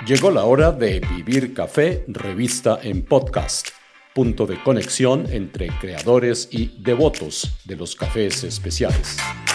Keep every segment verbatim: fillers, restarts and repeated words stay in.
Llegó la hora de Vivir Café, revista en podcast, punto de conexión entre creadores y devotos de los cafés especiales.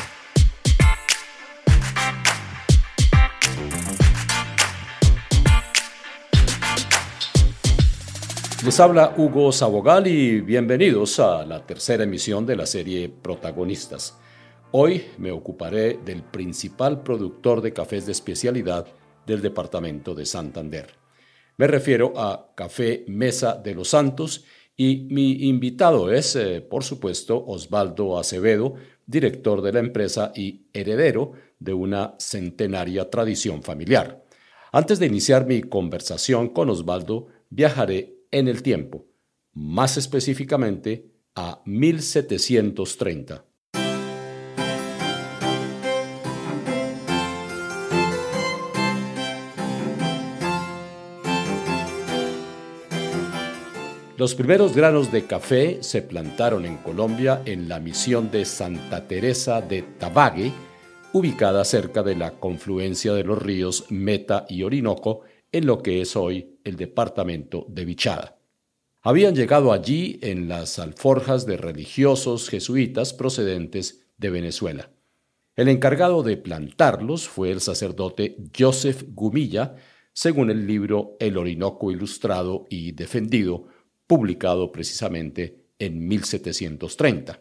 Les habla Hugo Sabogal y bienvenidos a la tercera emisión de la serie Protagonistas. Hoy me ocuparé del principal productor de cafés de especialidad del departamento de Santander. Me refiero a Café Mesa de los Santos y mi invitado es, eh, por supuesto, Osvaldo Acevedo, director de la empresa y heredero de una centenaria tradición familiar. Antes de iniciar mi conversación con Osvaldo, viajaré en el tiempo, más específicamente a mil setecientos treinta. Los primeros granos de café se plantaron en Colombia en la misión de Santa Teresa de Tabague, ubicada cerca de la confluencia de los ríos Meta y Orinoco, en lo que es hoy el departamento de Vichada. Habían llegado allí en las alforjas de religiosos jesuitas procedentes de Venezuela. El encargado de plantarlos fue el sacerdote Joseph Gumilla, según el libro El Orinoco Ilustrado y Defendido, publicado precisamente en mil setecientos treinta.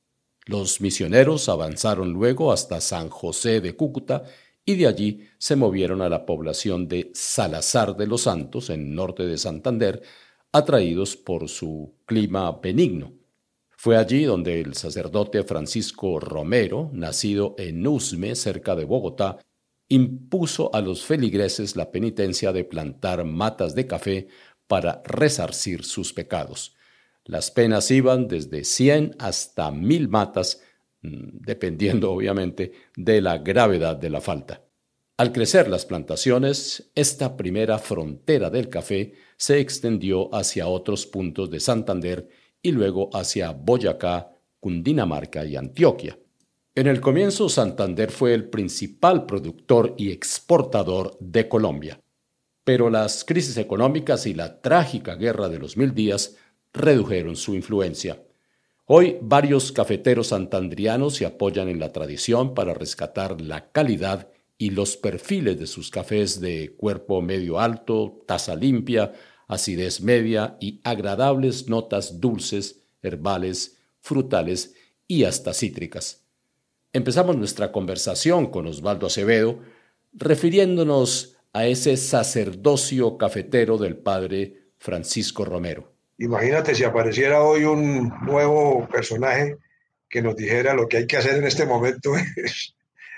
Los misioneros avanzaron luego hasta San José de Cúcuta y de allí se movieron a la población de Salazar de los Santos, en norte de Santander, atraídos por su clima benigno. Fue allí donde el sacerdote Francisco Romero, nacido en Usme, cerca de Bogotá, impuso a los feligreses la penitencia de plantar matas de café para resarcir sus pecados. Las penas iban desde cien hasta mil matas, dependiendo obviamente de la gravedad de la falta. Al crecer las plantaciones, esta primera frontera del café se extendió hacia otros puntos de Santander y luego hacia Boyacá, Cundinamarca y Antioquia. En el comienzo, Santander fue el principal productor y exportador de Colombia, pero las crisis económicas y la trágica Guerra de los Mil Días redujeron su influencia. Hoy varios cafeteros santandrianos se apoyan en la tradición para rescatar la calidad y los perfiles de sus cafés de cuerpo medio alto, taza limpia, acidez media y agradables notas dulces, herbales, frutales y hasta cítricas. Empezamos nuestra conversación con Osvaldo Acevedo refiriéndonos a ese sacerdocio cafetero del padre Francisco Romero. Imagínate si apareciera hoy un nuevo personaje que nos dijera lo que hay que hacer en este momento, es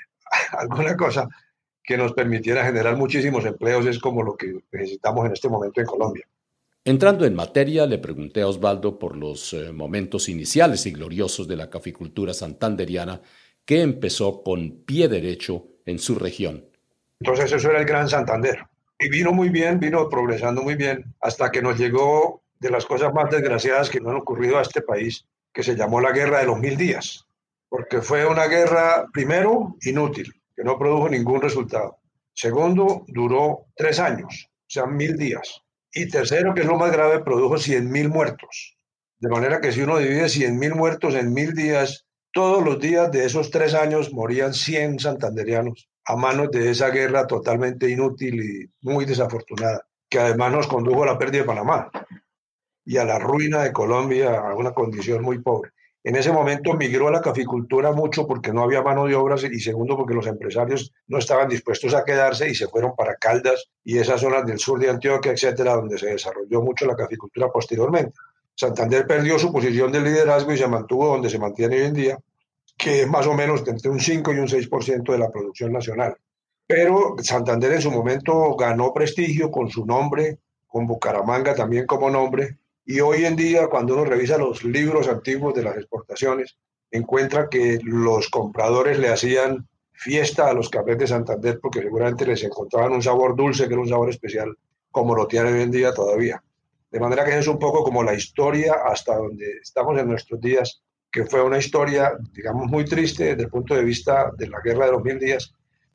alguna cosa que nos permitiera generar muchísimos empleos, es como lo que necesitamos en este momento en Colombia. Entrando en materia, le pregunté a Osvaldo por los eh, momentos iniciales y gloriosos de la caficultura santanderiana que empezó con pie derecho en su región. Entonces eso era el Gran Santander. Y vino muy bien, vino progresando muy bien, hasta que nos llegó de las cosas más desgraciadas que no han ocurrido a este país, que se llamó la Guerra de los Mil Días, porque fue una guerra, primero, inútil, que no produjo ningún resultado. Segundo, duró tres años, o sea, mil días. Y tercero, que es lo más grave, produjo cien mil muertos. De manera que si uno divide cien mil muertos en mil días, todos los días de esos tres años morían cien santanderianos a manos de esa guerra totalmente inútil y muy desafortunada, que además nos condujo a la pérdida de Panamá y a la ruina de Colombia, a una condición muy pobre. En ese momento migró a la caficultura mucho porque no había mano de obras y segundo porque los empresarios no estaban dispuestos a quedarse y se fueron para Caldas y esas zonas del sur de Antioquia, etcétera, donde se desarrolló mucho la caficultura posteriormente. Santander perdió su posición de liderazgo y se mantuvo donde se mantiene hoy en día, que es más o menos entre un cinco y un seis por ciento de la producción nacional. Pero Santander en su momento ganó prestigio con su nombre, con Bucaramanga también como nombre, y hoy en día cuando uno revisa los libros antiguos de las exportaciones, encuentra que los compradores le hacían fiesta a los cafés de Santander porque seguramente les encontraban un sabor dulce, que era un sabor especial, como lo tienen hoy en día todavía. De manera que es un poco como la historia hasta donde estamos en nuestros días, que fue una historia, digamos, muy triste desde el punto de vista de la Guerra de los Mil Días,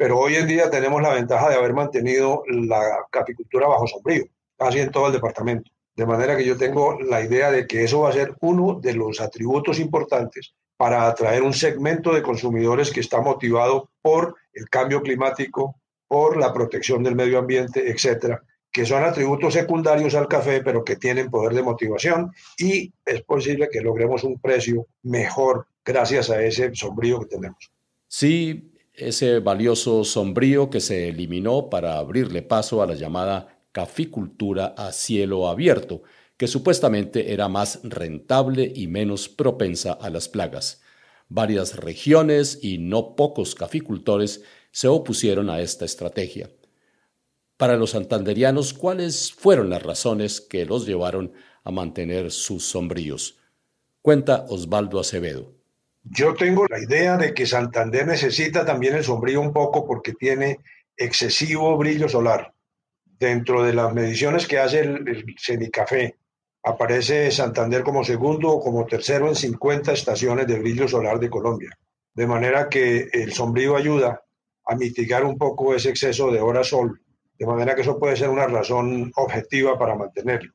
Pero hoy en día tenemos la ventaja de haber mantenido la caficultura bajo sombrío, casi en todo el departamento. De manera que yo tengo la idea de que eso va a ser uno de los atributos importantes para atraer un segmento de consumidores que está motivado por el cambio climático, por la protección del medio ambiente, etcétera, que son atributos secundarios al café, pero que tienen poder de motivación y es posible que logremos un precio mejor gracias a ese sombrío que tenemos. Sí, ese valioso sombrío que se eliminó para abrirle paso a la llamada caficultura a cielo abierto, que supuestamente era más rentable y menos propensa a las plagas. Varias regiones y no pocos caficultores se opusieron a esta estrategia. Para los santanderianos, ¿cuáles fueron las razones que los llevaron a mantener sus sombríos? Cuenta Osvaldo Acevedo. Yo tengo la idea de que Santander necesita también el sombrío un poco porque tiene excesivo brillo solar. Dentro de las mediciones que hace el, el Cenicafé, aparece Santander como segundo o como tercero en cincuenta estaciones de brillo solar de Colombia. De manera que el sombrío ayuda a mitigar un poco ese exceso de horas sol. De manera que eso puede ser una razón objetiva para mantenerlo.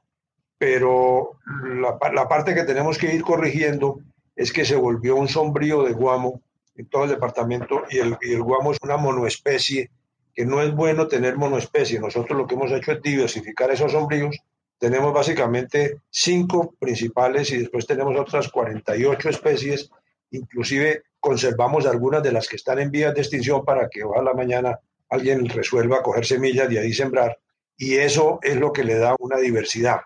Pero la, la parte que tenemos que ir corrigiendo es que se volvió un sombrío de guamo en todo el departamento y el, y el guamo es una monoespecie, que no es bueno tener monoespecie. Nosotros lo que hemos hecho es diversificar esos sombríos. Tenemos básicamente cinco principales y después tenemos otras cuarenta y ocho especies. Inclusive conservamos algunas de las que están en vías de extinción para que ojalá mañana alguien resuelva coger semillas y ahí sembrar. Y eso es lo que le da una diversidad.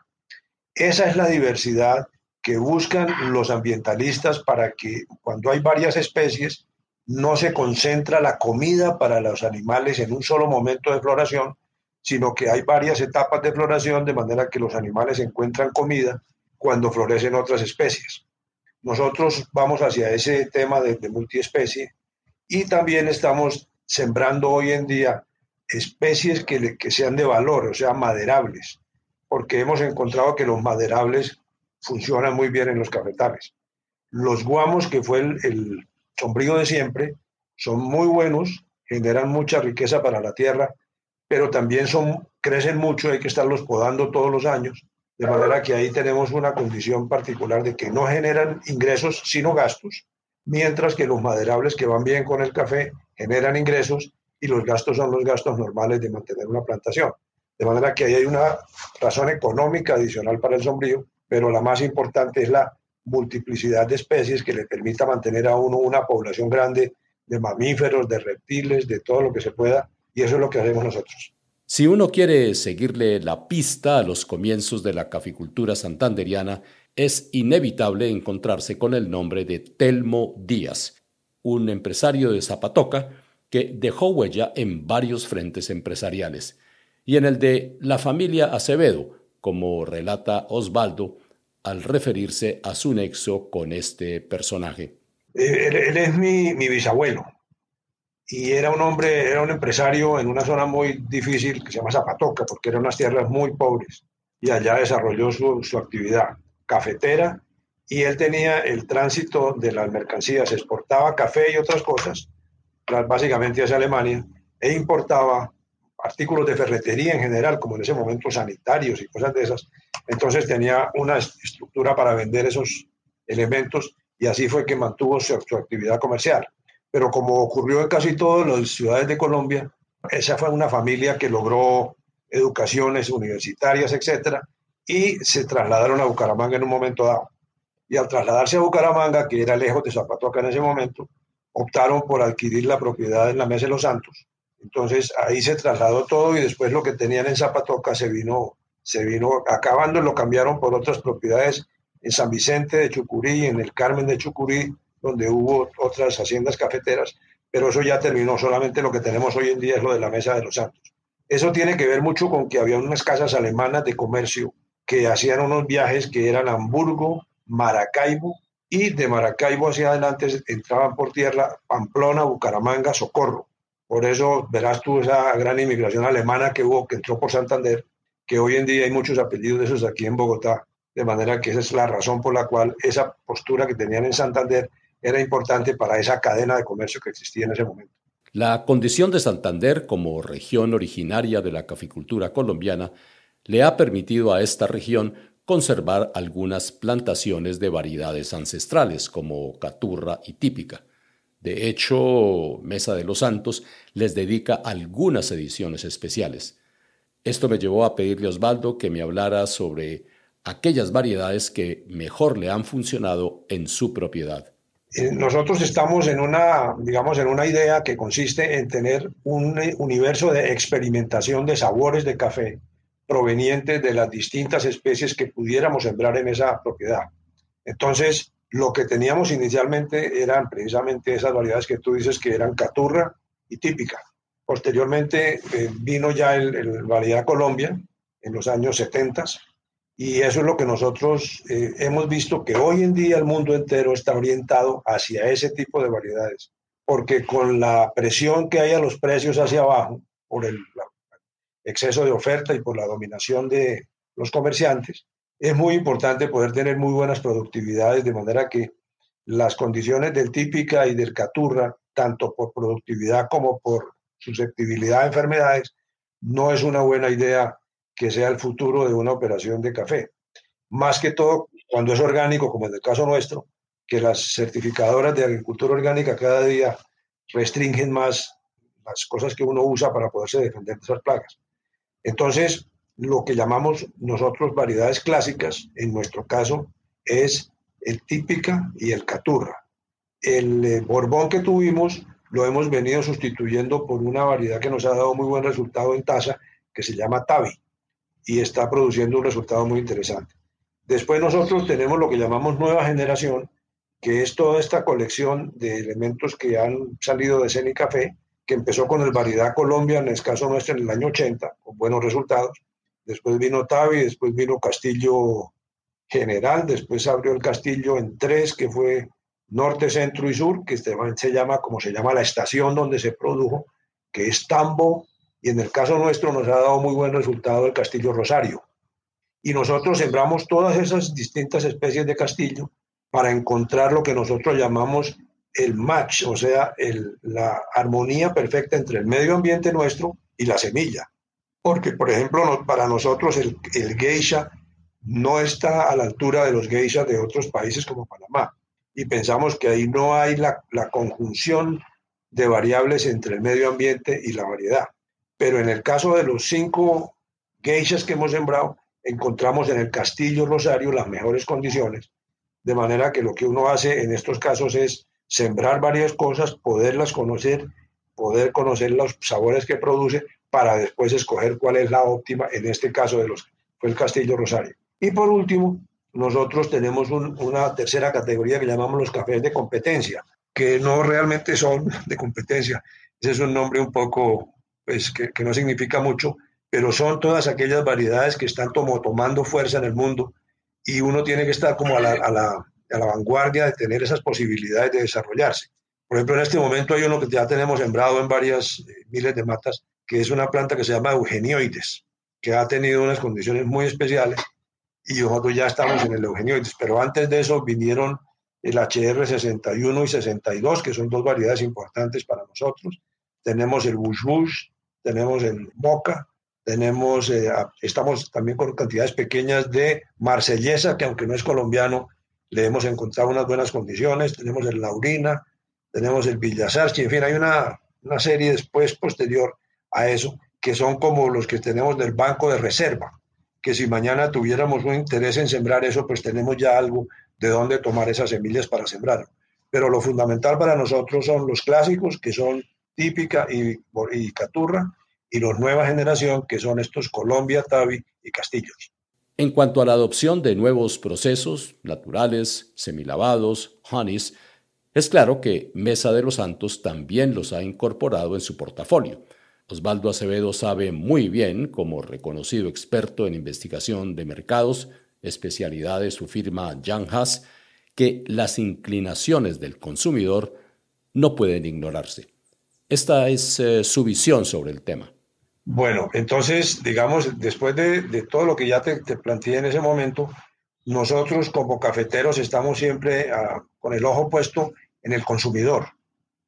Esa es la diversidad que buscan los ambientalistas para que cuando hay varias especies no se concentra la comida para los animales en un solo momento de floración, sino que hay varias etapas de floración de manera que los animales encuentran comida cuando florecen otras especies. Nosotros vamos hacia ese tema de, de multiespecie y también estamos sembrando hoy en día especies que, que sean de valor, o sea, maderables, porque hemos encontrado que los maderables funcionan muy bien en los cafetales. Los guamos, que fue el, el sombrío de siempre, son muy buenos, generan mucha riqueza para la tierra, pero también son, crecen mucho, hay que estarlos podando todos los años, de manera que ahí tenemos una condición particular de que no generan ingresos sino gastos, mientras que los maderables que van bien con el café generan ingresos y los gastos son los gastos normales de mantener una plantación. De manera que ahí hay una razón económica adicional para el sombrío, pero la más importante es la multiplicidad de especies que le permita mantener a uno una población grande de mamíferos, de reptiles, de todo lo que se pueda, y eso es lo que hacemos nosotros. Si uno quiere seguirle la pista a los comienzos de la caficultura santanderiana, es inevitable encontrarse con el nombre de Telmo Díaz, un empresario de Zapatoca que dejó huella en varios frentes empresariales, y en el de la familia Acevedo, como relata Osvaldo al referirse a su nexo con este personaje. Él, él es mi, mi bisabuelo y era un hombre, era un empresario en una zona muy difícil que se llama Zapatoca, porque eran unas tierras muy pobres y allá desarrolló su, su actividad cafetera y él tenía el tránsito de las mercancías, exportaba café y otras cosas, básicamente hacia Alemania, e importaba artículos de ferretería en general, como en ese momento sanitarios y cosas de esas. Entonces tenía una estructura para vender esos elementos y así fue que mantuvo su, su actividad comercial. Pero como ocurrió en casi todas las ciudades de Colombia, esa fue una familia que logró educaciones universitarias, etcétera, y se trasladaron a Bucaramanga en un momento dado. Y al trasladarse a Bucaramanga, que era lejos de Zapatoca en ese momento, optaron por adquirir la propiedad en la Mesa de los Santos. Entonces ahí se trasladó todo y después lo que tenían en Zapatoca se vino, se vino acabando, lo cambiaron por otras propiedades en San Vicente de Chucurí, en el Carmen de Chucurí, donde hubo otras haciendas cafeteras, pero eso ya terminó, solamente lo que tenemos hoy en día es lo de la Mesa de los Santos. Eso tiene que ver mucho con que había unas casas alemanas de comercio que hacían unos viajes que eran Hamburgo, Maracaibo, y de Maracaibo hacia adelante entraban por tierra Pamplona, Bucaramanga, Socorro. Por eso verás tú esa gran inmigración alemana que hubo, que entró por Santander, que hoy en día hay muchos apellidos de esos aquí en Bogotá, de manera que esa es la razón por la cual esa postura que tenían en Santander era importante para esa cadena de comercio que existía en ese momento. La condición de Santander como región originaria de la caficultura colombiana le ha permitido a esta región conservar algunas plantaciones de variedades ancestrales como caturra y típica. De hecho, Mesa de los Santos les dedica algunas ediciones especiales. Esto me llevó a pedirle a Osvaldo que me hablara sobre aquellas variedades que mejor le han funcionado en su propiedad. Eh, Nosotros estamos en una, digamos, en una idea que consiste en tener un eh, universo de experimentación de sabores de café provenientes de las distintas especies que pudiéramos sembrar en esa propiedad. Entonces, lo que teníamos inicialmente eran precisamente esas variedades que tú dices que eran caturra y típica. Posteriormente eh, vino ya el, el variedad Colombia en los años setenta y eso es lo que nosotros eh, hemos visto que hoy en día el mundo entero está orientado hacia ese tipo de variedades, porque con la presión que hay a los precios hacia abajo por el exceso de oferta y por la dominación de los comerciantes, es muy importante poder tener muy buenas productividades, de manera que las condiciones del típica y del caturra, tanto por productividad como por susceptibilidad a enfermedades, no es una buena idea que sea el futuro de una operación de café. Más que todo cuando es orgánico, como en el caso nuestro, que las certificadoras de agricultura orgánica cada día restringen más las cosas que uno usa para poderse defender de esas plagas. Entonces, lo que llamamos nosotros variedades clásicas, en nuestro caso, es el típica y el caturra. El eh, Borbón que tuvimos lo hemos venido sustituyendo por una variedad que nos ha dado muy buen resultado en tasa, que se llama Tavi, y está produciendo un resultado muy interesante. Después nosotros tenemos lo que llamamos nueva generación, que es toda esta colección de elementos que han salido de Ceni Café, que empezó con el variedad Colombia, en el caso nuestro, en el año ochenta, con buenos resultados. Después vino Tavi, después vino Castillo General, después abrió el Castillo en tres, que fue norte, centro y sur, que se llama como se llama la estación donde se produjo, que es Tambo, y en el caso nuestro nos ha dado muy buen resultado el Castillo Rosario. Y nosotros sembramos todas esas distintas especies de castillo para encontrar lo que nosotros llamamos el match, o sea, el, la armonía perfecta entre el medio ambiente nuestro y la semilla. Porque, por ejemplo, para nosotros el, el geisha no está a la altura de los geishas de otros países como Panamá. Y pensamos que ahí no hay la, la conjunción de variables entre el medio ambiente y la variedad. Pero en el caso de los cinco geishas que hemos sembrado, encontramos en el Castillo Rosario las mejores condiciones, de manera que lo que uno hace en estos casos es sembrar varias cosas, poderlas conocer, poder conocer los sabores que produce, para después escoger cuál es la óptima, en este caso de los, fue el Castillo Rosario. Y por último, nosotros tenemos un, una tercera categoría que llamamos los cafés de competencia, que no realmente son de competencia, ese es un nombre un poco, pues, que, que no significa mucho, pero son todas aquellas variedades que están como tomando fuerza en el mundo y uno tiene que estar como a la, a la, a la vanguardia de tener esas posibilidades de desarrollarse. Por ejemplo, en este momento hay uno que ya tenemos sembrado en varias eh, miles de matas, que es una planta que se llama Eugenioides, que ha tenido unas condiciones muy especiales y nosotros ya estamos en el Eugenioides, pero antes de eso vinieron el H R sesenta y uno y sesenta y dos, que son dos variedades importantes para nosotros. Tenemos el Bush Bush, tenemos el Moca, tenemos, eh, estamos también con cantidades pequeñas de Marsellesa, que aunque no es colombiano, le hemos encontrado unas buenas condiciones. Tenemos el Laurina, tenemos el Villasarchi, en fin, hay una, una serie después, posterior a eso, que son como los que tenemos del banco de reserva, que si mañana tuviéramos un interés en sembrar eso, pues tenemos ya algo de dónde tomar esas semillas para sembrar. Pero lo fundamental para nosotros son los clásicos, que son típica y, y caturra, y los nueva generación, que son estos Colombia, Tavi y Castillos. En cuanto a la adopción de nuevos procesos naturales, semilavados, honeys, es claro que Mesa de los Santos también los ha incorporado en su portafolio. Osvaldo Acevedo sabe muy bien, como reconocido experto en investigación de mercados, especialidad de su firma Young Haas, que las inclinaciones del consumidor no pueden ignorarse. Esta es eh, su visión sobre el tema. Bueno, entonces, digamos, después de, de todo lo que ya te, te planteé en ese momento, nosotros como cafeteros estamos siempre uh, con el ojo puesto en el consumidor.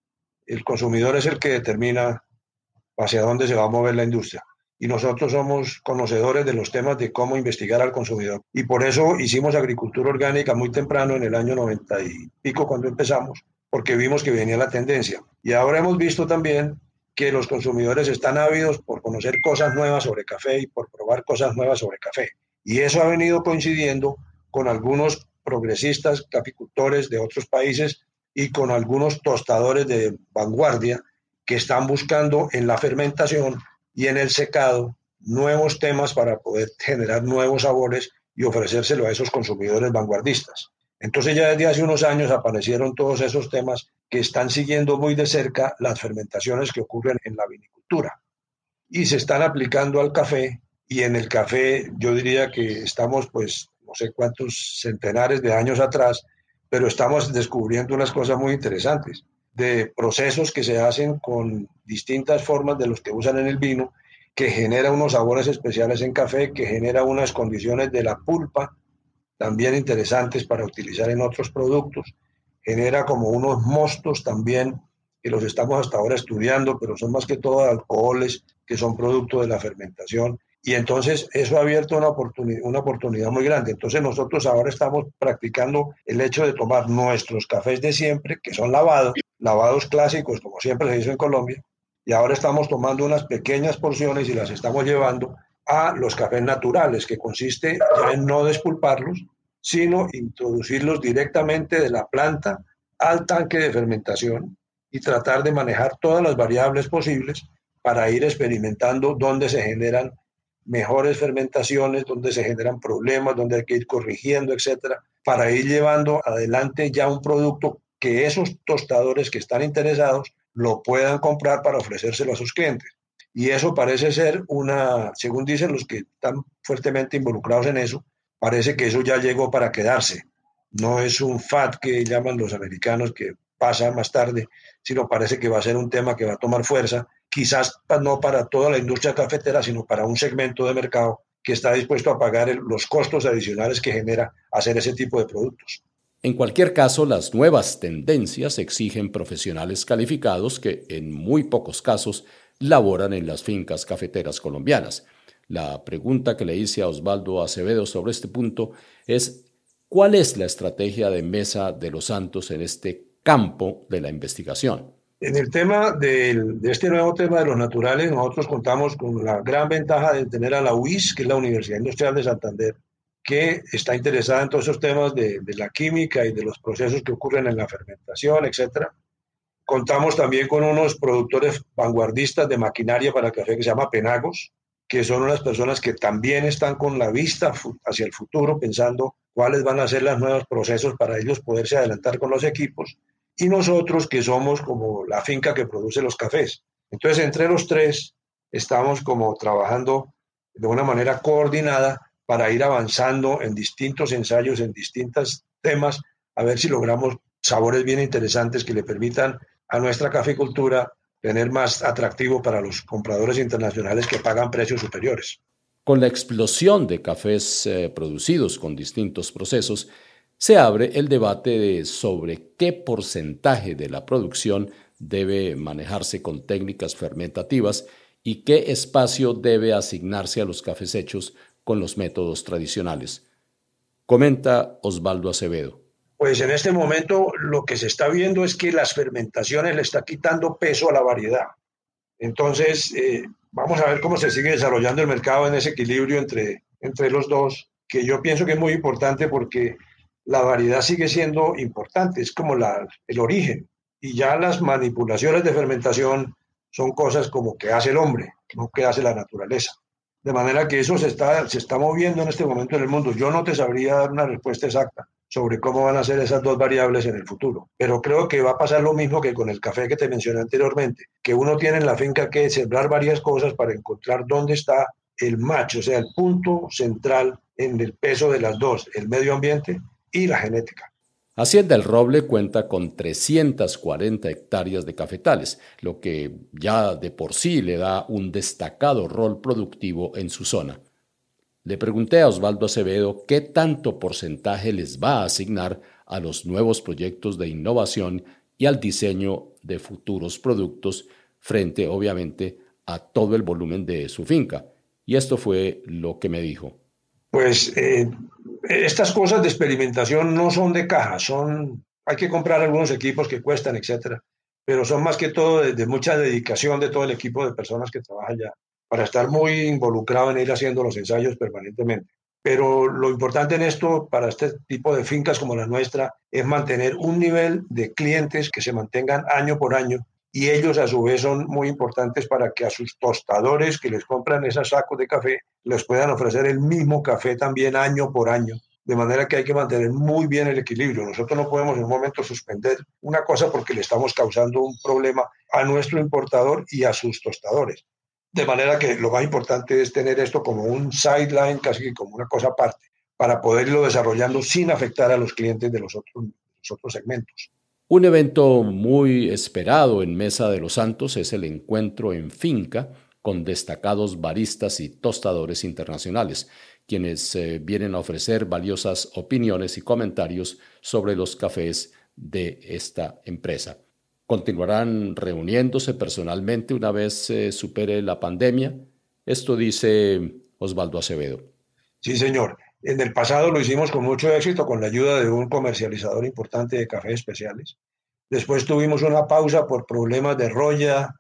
el consumidor es el que determina hacia dónde se va a mover la industria. Y nosotros somos conocedores de los temas de cómo investigar al consumidor. Y por eso hicimos agricultura orgánica muy temprano, en el año noventa y pico, cuando empezamos, porque vimos que venía la tendencia. Y ahora hemos visto también que los consumidores están ávidos por conocer cosas nuevas sobre café y por probar cosas nuevas sobre café. Y eso ha venido coincidiendo con algunos progresistas caficultores de otros países y con algunos tostadores de vanguardia que están buscando en la fermentación y en el secado nuevos temas para poder generar nuevos sabores y ofrecérselo a esos consumidores vanguardistas. Entonces ya desde hace unos años aparecieron todos esos temas que están siguiendo muy de cerca las fermentaciones que ocurren en la vinicultura y se están aplicando al café, y en el café yo diría que estamos pues no sé cuántos centenares de años atrás, pero estamos descubriendo unas cosas muy interesantes de procesos que se hacen con distintas formas de los que usan en el vino, que genera unos sabores especiales en café, que genera unas condiciones de la pulpa también interesantes para utilizar en otros productos, genera como unos mostos también que los estamos hasta ahora estudiando, pero son más que todo alcoholes que son producto de la fermentación. Y entonces eso ha abierto una oportunidad, una oportunidad muy grande. Entonces nosotros ahora estamos practicando el hecho de tomar nuestros cafés de siempre, que son lavados, lavados clásicos, como siempre se hizo en Colombia, y ahora estamos tomando unas pequeñas porciones y las estamos llevando a los cafés naturales, que consiste ya en no despulparlos, sino introducirlos directamente de la planta al tanque de fermentación y tratar de manejar todas las variables posibles para ir experimentando dónde se generan mejores fermentaciones, donde se generan problemas, donde hay que ir corrigiendo, etcétera, para ir llevando adelante ya un producto que esos tostadores que están interesados lo puedan comprar para ofrecérselo a sus clientes. Y eso parece ser una, según dicen los que están fuertemente involucrados en eso, parece que eso ya llegó para quedarse. No es un fad que llaman los americanos que pasa más tarde, sino parece que va a ser un tema que va a tomar fuerza, quizás no para toda la industria cafetera, sino para un segmento de mercado que está dispuesto a pagar el, los costos adicionales que genera hacer ese tipo de productos. En cualquier caso, las nuevas tendencias exigen profesionales calificados que, en muy pocos casos, laboran en las fincas cafeteras colombianas. La pregunta que le hice a Osvaldo Acevedo sobre este punto es: ¿cuál es la estrategia de Mesa de los Santos en este campo de la investigación? En el tema del, de este nuevo tema de los naturales, nosotros contamos con la gran ventaja de tener a la U I S, que es la Universidad Industrial de Santander, que está interesada en todos esos temas de, de la química y de los procesos que ocurren en la fermentación, etcétera. Contamos también con unos productores vanguardistas de maquinaria para café que se llama Penagos, que son unas personas que también están con la vista hacia el futuro, pensando cuáles van a ser los nuevos procesos para ellos poderse adelantar con los equipos. Y nosotros, que somos como la finca que produce los cafés. Entonces, entre los tres, estamos como trabajando de una manera coordinada para ir avanzando en distintos ensayos, en distintos temas, a ver si logramos sabores bien interesantes que le permitan a nuestra caficultura tener más atractivo para los compradores internacionales que pagan precios superiores. Con la explosión de cafés eh, producidos con distintos procesos, se abre el debate de sobre qué porcentaje de la producción debe manejarse con técnicas fermentativas y qué espacio debe asignarse a los cafés hechos con los métodos tradicionales. Comenta Osvaldo Acevedo. Pues en este momento lo que se está viendo es que las fermentaciones le están quitando peso a la variedad. Entonces, eh, vamos a ver cómo se sigue desarrollando el mercado en ese equilibrio entre, entre los dos, que yo pienso que es muy importante porque la variedad sigue siendo importante, es como la, el origen. Y ya las manipulaciones de fermentación son cosas como que hace el hombre, no que hace la naturaleza. De manera que eso se está, se está moviendo en este momento en el mundo. Yo no te sabría dar una respuesta exacta sobre cómo van a ser esas dos variables en el futuro, pero creo que va a pasar lo mismo que con el café que te mencioné anteriormente, que uno tiene en la finca que sembrar varias cosas para encontrar dónde está el match, o sea, el punto central en el peso de las dos, el medio ambiente y la genética. Hacienda El Roble cuenta con trescientas cuarenta hectáreas de cafetales, lo que ya de por sí le da un destacado rol productivo en su zona. Le pregunté a Osvaldo Acevedo qué tanto porcentaje les va a asignar a los nuevos proyectos de innovación y al diseño de futuros productos frente, obviamente, a todo el volumen de su finca. Y esto fue lo que me dijo. Pues eh, estas cosas de experimentación no son de caja, son, hay que comprar algunos equipos que cuestan, etcétera, pero son más que todo de, de mucha dedicación de todo el equipo de personas que trabajan allá, para estar muy involucrado en ir haciendo los ensayos permanentemente. Pero lo importante en esto, para este tipo de fincas como la nuestra, es mantener un nivel de clientes que se mantengan año por año, y ellos a su vez son muy importantes para que a sus tostadores que les compran esos sacos de café les puedan ofrecer el mismo café también año por año. De manera que hay que mantener muy bien el equilibrio. Nosotros no podemos en un momento suspender una cosa porque le estamos causando un problema a nuestro importador y a sus tostadores. De manera que lo más importante es tener esto como un sideline, casi como una cosa aparte, para poder irlo desarrollando sin afectar a los clientes de los otros, los otros segmentos. Un evento muy esperado en Mesa de los Santos es el encuentro en finca con destacados baristas y tostadores internacionales, quienes eh, vienen a ofrecer valiosas opiniones y comentarios sobre los cafés de esta empresa. ¿Continuarán reuniéndose personalmente una vez se eh, supere la pandemia? Esto dice Osvaldo Acevedo. Sí, señor. En el pasado lo hicimos con mucho éxito con la ayuda de un comercializador importante de cafés especiales. Después tuvimos una pausa por problemas de roya,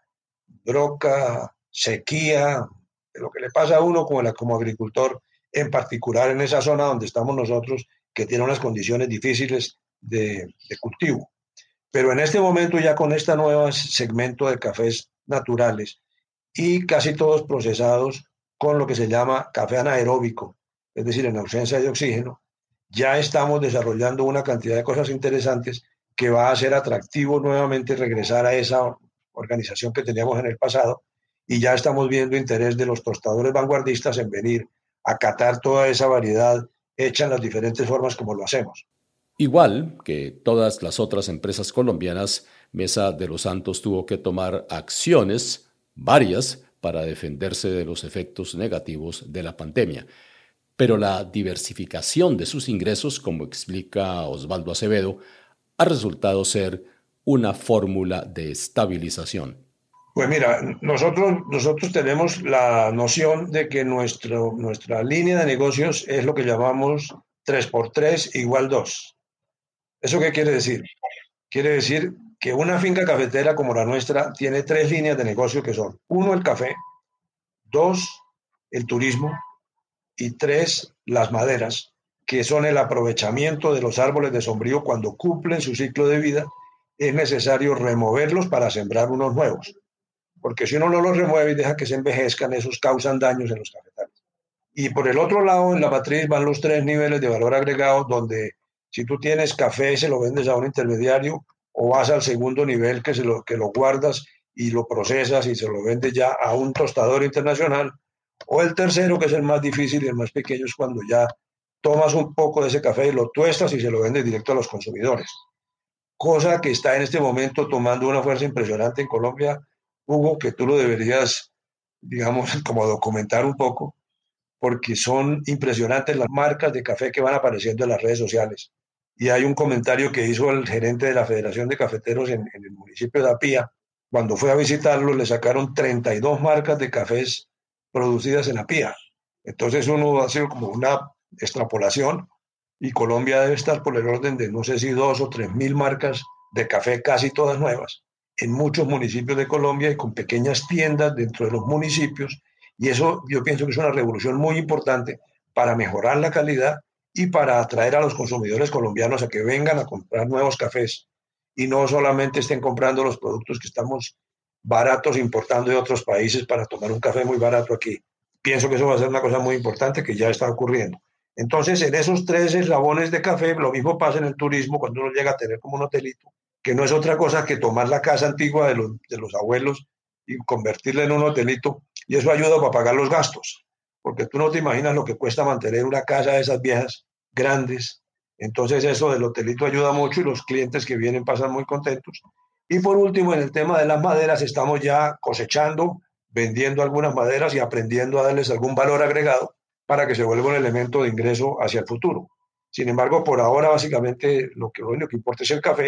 broca, sequía, de lo que le pasa a uno como, la, como agricultor, en particular en esa zona donde estamos nosotros, que tiene unas condiciones difíciles de, de cultivo. Pero en este momento ya con este nuevo segmento de cafés naturales y casi todos procesados con lo que se llama café anaeróbico, es decir, en ausencia de oxígeno, ya estamos desarrollando una cantidad de cosas interesantes que va a hacer atractivo nuevamente regresar a esa organización que teníamos en el pasado, y ya estamos viendo interés de los tostadores vanguardistas en venir a catar toda esa variedad hecha en las diferentes formas como lo hacemos. Igual que todas las otras empresas colombianas, Mesa de los Santos tuvo que tomar acciones, varias, para defenderse de los efectos negativos de la pandemia. Pero la diversificación de sus ingresos, como explica Osvaldo Acevedo, ha resultado ser una fórmula de estabilización. Pues mira, nosotros, nosotros tenemos la noción de que nuestro, nuestra línea de negocios es lo que llamamos tres por tres igual dos. ¿Eso qué quiere decir? Quiere decir que una finca cafetera como la nuestra tiene tres líneas de negocio que son: uno, el café; dos, el turismo; y tres, las maderas, que son el aprovechamiento de los árboles de sombrío. Cuando cumplen su ciclo de vida, es necesario removerlos para sembrar unos nuevos, porque si uno no los remueve y deja que se envejezcan, esos causan daños en los cafetales. Y por el otro lado, en la matriz van los tres niveles de valor agregado, donde si tú tienes café, se lo vendes a un intermediario, o vas al segundo nivel, que, se lo, que lo guardas y lo procesas y se lo vendes ya a un tostador internacional, o el tercero, que es el más difícil y el más pequeño, es cuando ya tomas un poco de ese café y lo tuestas y se lo vendes directo a los consumidores. Cosa que está en este momento tomando una fuerza impresionante en Colombia, Hugo, que tú lo deberías, digamos, como documentar un poco, porque son impresionantes las marcas de café que van apareciendo en las redes sociales. Y hay un comentario que hizo el gerente de la Federación de Cafeteros en, en el municipio de Apía. Cuando fue a visitarlo, le sacaron treinta y dos marcas de cafés producidas en Apía. Entonces uno hace como una extrapolación, y Colombia debe estar por el orden de no sé si dos o tres mil marcas de café, casi todas nuevas, en muchos municipios de Colombia y con pequeñas tiendas dentro de los municipios. Y eso yo pienso que es una revolución muy importante para mejorar la calidad y para atraer a los consumidores colombianos a que vengan a comprar nuevos cafés y no solamente estén comprando los productos que estamos baratos importando de otros países para tomar un café muy barato aquí. Pienso que eso va a ser una cosa muy importante que ya está ocurriendo. Entonces, en esos tres eslabones de café, lo mismo pasa en el turismo cuando uno llega a tener como un hotelito, que no es otra cosa que tomar la casa antigua de los, de los abuelos y convertirla en un hotelito, y eso ayuda para pagar los gastos, porque tú no te imaginas lo que cuesta mantener una casa de esas viejas, grandes. Entonces eso del hotelito ayuda mucho y los clientes que vienen pasan muy contentos. Y por último, en el tema de las maderas, estamos ya cosechando, vendiendo algunas maderas y aprendiendo a darles algún valor agregado para que se vuelva un elemento de ingreso hacia el futuro. Sin embargo, por ahora básicamente lo que lo único que importa es el café.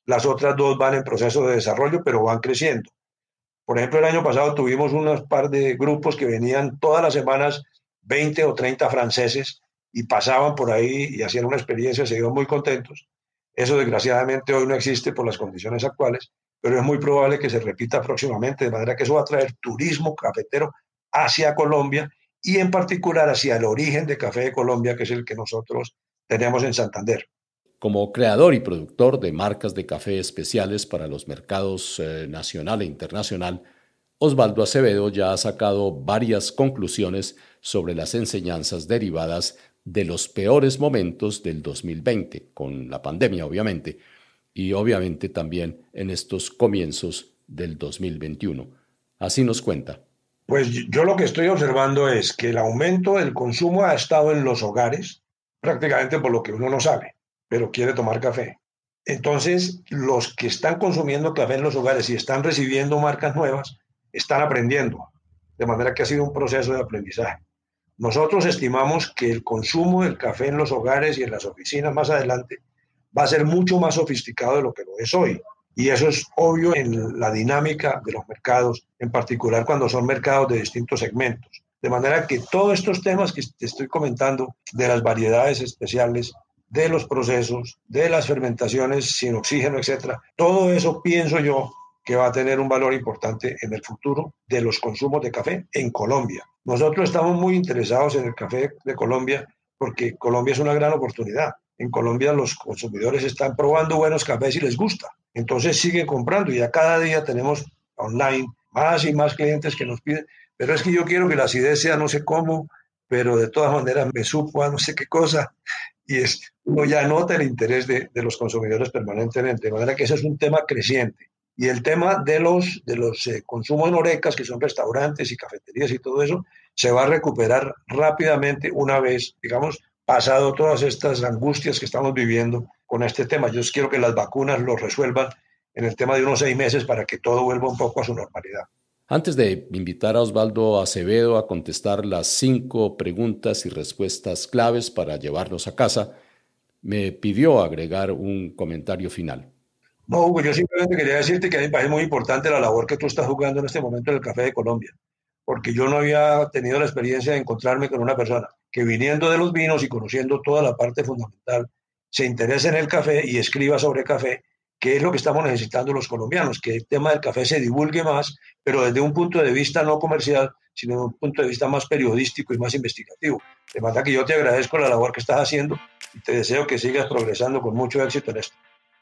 Las otras dos van en proceso de desarrollo, pero van creciendo. Por ejemplo, el año pasado tuvimos unos par de grupos que venían todas las semanas, veinte o treinta franceses, y pasaban por ahí y hacían una experiencia, se iban muy contentos. Eso desgraciadamente hoy no existe por las condiciones actuales, pero es muy probable que se repita próximamente, de manera que eso va a traer turismo cafetero hacia Colombia y en particular hacia el origen de café de Colombia, que es el que nosotros tenemos en Santander. Como creador y productor de marcas de café especiales para los mercados eh, nacional e internacional, Osvaldo Acevedo ya ha sacado varias conclusiones sobre las enseñanzas derivadas de los peores momentos del dos mil veinte, con la pandemia obviamente, y obviamente también en estos comienzos del dos mil veintiuno. Así nos cuenta. Pues yo lo que estoy observando es que el aumento del consumo ha estado en los hogares, prácticamente por lo que uno no sabe, pero quiere tomar café. Entonces, los que están consumiendo café en los hogares y están recibiendo marcas nuevas, están aprendiendo, de manera que ha sido un proceso de aprendizaje. Nosotros estimamos que el consumo del café en los hogares y en las oficinas más adelante va a ser mucho más sofisticado de lo que lo es hoy. Y eso es obvio en la dinámica de los mercados, en particular cuando son mercados de distintos segmentos. De manera que todos estos temas que te estoy comentando, de las variedades especiales, de los procesos, de las fermentaciones sin oxígeno, etcétera, todo eso pienso yo que va a tener un valor importante en el futuro de los consumos de café en Colombia. Nosotros estamos muy interesados en el café de Colombia porque Colombia es una gran oportunidad. En Colombia los consumidores están probando buenos cafés y les gusta. Entonces siguen comprando y ya cada día tenemos online más y más clientes que nos piden, pero es que yo quiero que la acidez sea no sé cómo, pero de todas maneras me supo a no sé qué cosa. Y es, uno ya nota el interés de, de los consumidores permanentemente, de manera que ese es un tema creciente. Y el tema de los, de los eh, consumos en horecas, que son restaurantes y cafeterías y todo eso, se va a recuperar rápidamente una vez, digamos, pasado todas estas angustias que estamos viviendo con este tema. Yo quiero que las vacunas lo resuelvan en el tema de unos seis meses para que todo vuelva un poco a su normalidad. Antes de invitar a Osvaldo Acevedo a contestar las cinco preguntas y respuestas claves para llevarnos a casa, me pidió agregar un comentario final. No, Hugo, yo simplemente quería decirte que a mí me parece muy importante la labor que tú estás jugando en este momento en el Café de Colombia, porque yo no había tenido la experiencia de encontrarme con una persona que viniendo de los vinos y conociendo toda la parte fundamental, se interese en el café y escriba sobre café, que es lo que estamos necesitando los colombianos, que el tema del café se divulgue más, pero desde un punto de vista no comercial, sino desde un punto de vista más periodístico y más investigativo. De manera que yo te agradezco la labor que estás haciendo y te deseo que sigas progresando con mucho éxito en esto.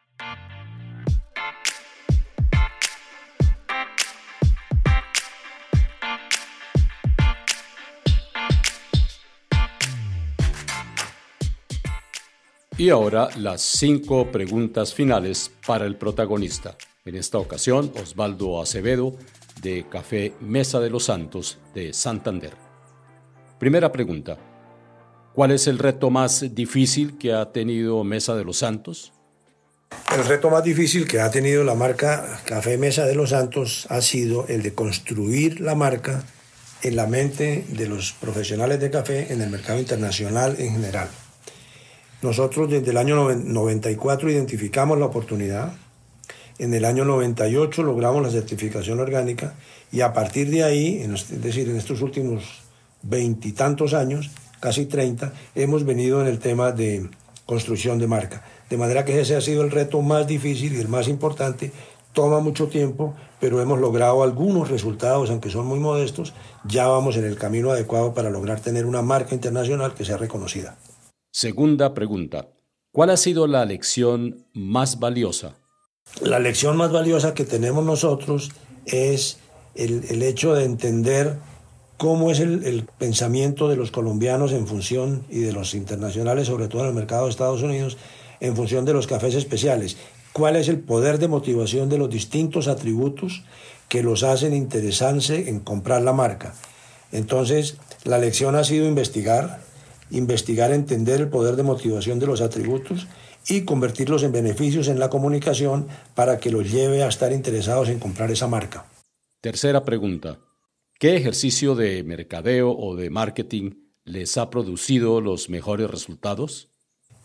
Y ahora las cinco preguntas finales para el protagonista. En esta ocasión, Osvaldo Acevedo, de Café Mesa de los Santos, de Santander. Primera pregunta. ¿Cuál es el reto más difícil que ha tenido Mesa de los Santos? El reto más difícil que ha tenido la marca Café Mesa de los Santos ha sido el de construir la marca en la mente de los profesionales de café en el mercado internacional en general. Nosotros desde el año noventa y cuatro identificamos la oportunidad, en el año noventa y ocho logramos la certificación orgánica y a partir de ahí, es decir, en estos últimos veintitantos años, casi treinta, hemos venido en el tema de construcción de marca. De manera que ese ha sido el reto más difícil y el más importante, toma mucho tiempo, pero hemos logrado algunos resultados, aunque son muy modestos, ya vamos en el camino adecuado para lograr tener una marca internacional que sea reconocida. Segunda pregunta. ¿Cuál ha sido la lección más valiosa? La lección más valiosa que tenemos nosotros es el, el hecho de entender cómo es el, el pensamiento de los colombianos en función, y de los internacionales, sobre todo en el mercado de Estados Unidos, en función de los cafés especiales. ¿Cuál es el poder de motivación de los distintos atributos que los hacen interesarse en comprar la marca? Entonces, la lección ha sido investigar, investigar, entender el poder de motivación de los atributos y convertirlos en beneficios en la comunicación para que los lleve a estar interesados en comprar esa marca. Tercera pregunta. ¿Qué ejercicio de mercadeo o de marketing les ha producido los mejores resultados?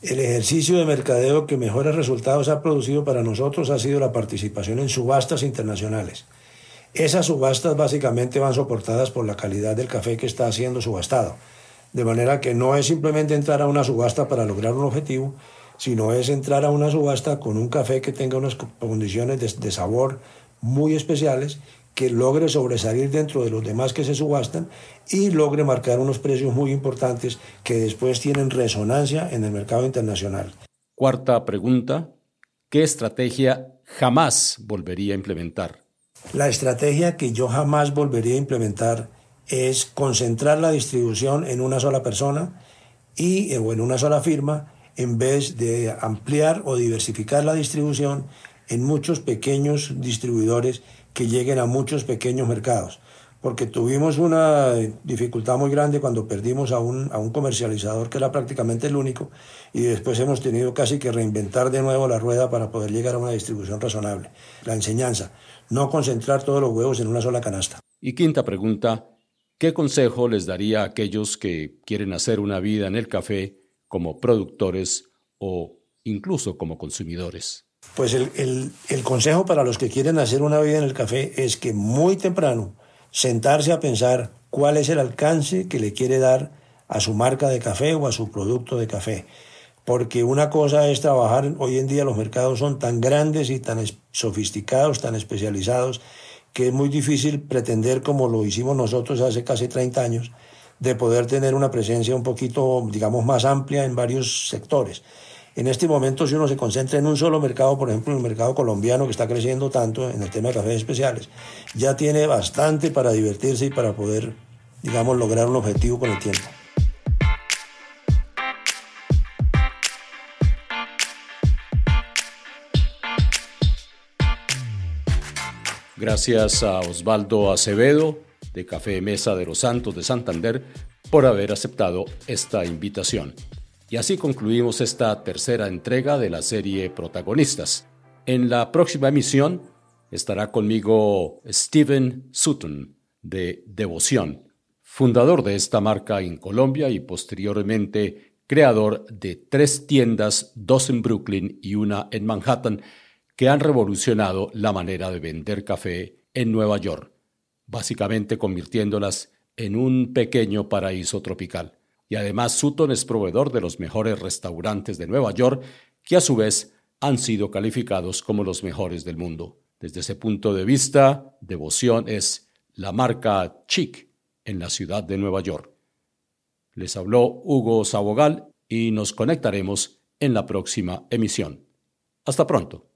El ejercicio de mercadeo que mejores resultados ha producido para nosotros ha sido la participación en subastas internacionales. Esas subastas básicamente van soportadas por la calidad del café que está siendo subastado. De manera que no es simplemente entrar a una subasta para lograr un objetivo, sino es entrar a una subasta con un café que tenga unas condiciones de, de sabor muy especiales, que logre sobresalir dentro de los demás que se subastan y logre marcar unos precios muy importantes que después tienen resonancia en el mercado internacional. Cuarta pregunta: ¿qué estrategia jamás volvería a implementar? La estrategia que yo jamás volvería a implementar es concentrar la distribución en una sola persona y, o en una sola firma, en vez de ampliar o diversificar la distribución en muchos pequeños distribuidores que lleguen a muchos pequeños mercados. Porque tuvimos una dificultad muy grande cuando perdimos a un, a un comercializador que era prácticamente el único, y después hemos tenido casi que reinventar de nuevo la rueda para poder llegar a una distribución razonable. La enseñanza: no concentrar todos los huevos en una sola canasta. Y quinta pregunta: ¿qué consejo les daría a aquellos que quieren hacer una vida en el café como productores o incluso como consumidores? Pues el, el, el consejo para los que quieren hacer una vida en el café es que muy temprano sentarse a pensar cuál es el alcance que le quiere dar a su marca de café o a su producto de café. Porque una cosa es trabajar, hoy en día los mercados son tan grandes y tan sofisticados, tan especializados, que es muy difícil pretender, como lo hicimos nosotros hace casi treinta años, de poder tener una presencia un poquito, digamos, más amplia en varios sectores. En este momento, si uno se concentra en un solo mercado, por ejemplo, en el mercado colombiano, que está creciendo tanto en el tema de cafés especiales, ya tiene bastante para divertirse y para poder, digamos, lograr un objetivo con el tiempo. Gracias a Osvaldo Acevedo, de Café Mesa de los Santos de Santander, por haber aceptado esta invitación. Y así concluimos esta tercera entrega de la serie Protagonistas. En la próxima emisión estará conmigo Steven Sutton, de Devoción, fundador de esta marca en Colombia y posteriormente creador de tres tiendas, dos en Brooklyn y una en Manhattan, que han revolucionado la manera de vender café en Nueva York, básicamente convirtiéndolas en un pequeño paraíso tropical. Y además Sutton es proveedor de los mejores restaurantes de Nueva York, que a su vez han sido calificados como los mejores del mundo. Desde ese punto de vista, Devoción es la marca chic en la ciudad de Nueva York. Les habló Hugo Sabogal y nos conectaremos en la próxima emisión. Hasta pronto.